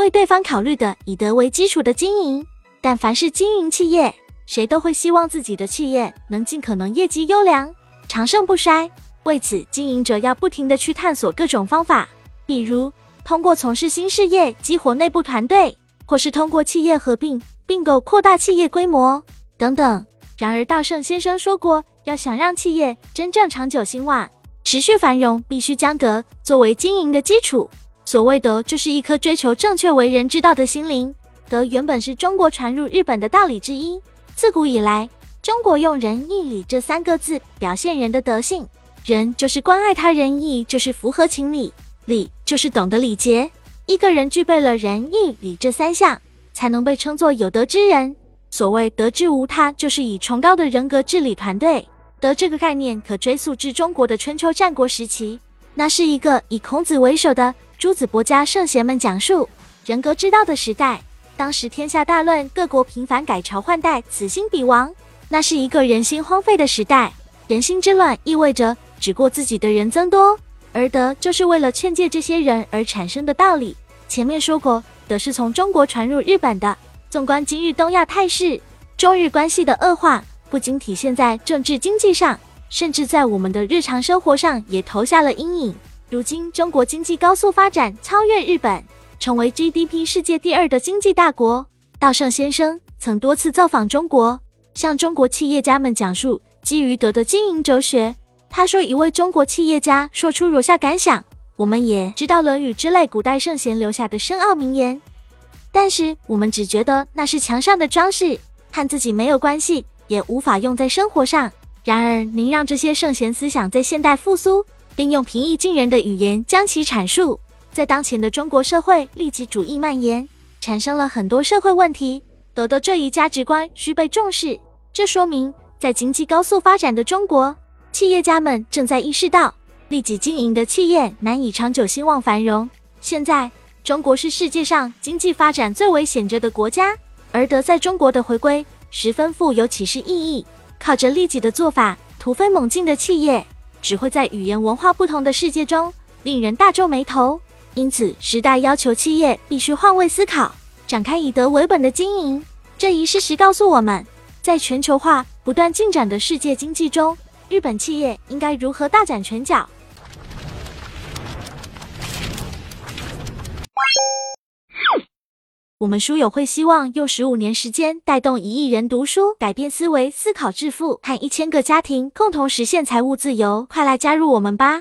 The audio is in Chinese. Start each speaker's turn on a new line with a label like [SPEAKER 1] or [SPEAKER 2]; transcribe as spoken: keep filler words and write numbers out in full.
[SPEAKER 1] 为对方考虑的以德为基础的经营。但凡是经营企业，谁都会希望自己的企业能尽可能业绩优良，长盛不衰。为此，经营者要不停地去探索各种方法，比如通过从事新事业激活内部团队，或是通过企业合并并购扩大企业规模等等。然而稻盛先生说过，要想让企业真正长久兴旺、持续繁荣，必须将德作为经营的基础。所谓德，就是一颗追求正确为人之道的心灵。德原本是中国传入日本的道理之一，自古以来，中国用仁义礼这三个字表现人的德性。仁就是关爱他人，义就是符合情理，礼就是懂得礼节。一个人具备了仁义礼这三项，才能被称作有德之人。所谓德之无他，就是以崇高的人格治理团队。德这个概念可追溯至中国的春秋战国时期，那是一个以孔子为首的诸子伯家圣贤们讲述人格之道的时代。当时天下大乱，各国频繁改朝换代，此兴彼亡，那是一个人心荒废的时代。人心之乱意味着只过自己的人增多，而德就是为了劝诫这些人而产生的道理。前面说过，德是从中国传入日本的。纵观今日东亚态势，中日关系的恶化不仅体现在政治经济上，甚至在我们的日常生活上也投下了阴影。如今中国经济高速发展，超越日本，成为 G D P 世界第二的经济大国。稻盛先生曾多次造访中国，向中国企业家们讲述基于德的经营哲学。他说，一位中国企业家说出如下感想：我们也知道《论语》之类古代圣贤留下的深奥名言，但是我们只觉得那是墙上的装饰，和自己没有关系，也无法用在生活上。然而您让这些圣贤思想在现代复苏，并用平易近人的语言将其阐述，在当前的中国社会，利己主义蔓延，产生了很多社会问题。德的这一价值观需被重视。这说明在经济高速发展的中国，企业家们正在意识到利己经营的企业难以长久兴旺繁荣。现在中国是世界上经济发展最为显著的国家，而德在中国的回归十分富有启示意义。靠着利己的做法突飞猛进的企业，只会在语言文化不同的世界中令人大皱眉头。因此时代要求企业必须换位思考，展开以德为本的经营。这一事实告诉我们，在全球化不断进展的世界经济中，日本企业应该如何大展拳脚。我们书友会希望用十五年时间带动一亿人读书，改变思维，思考致富，和一千个家庭共同实现财务自由。快来加入我们吧！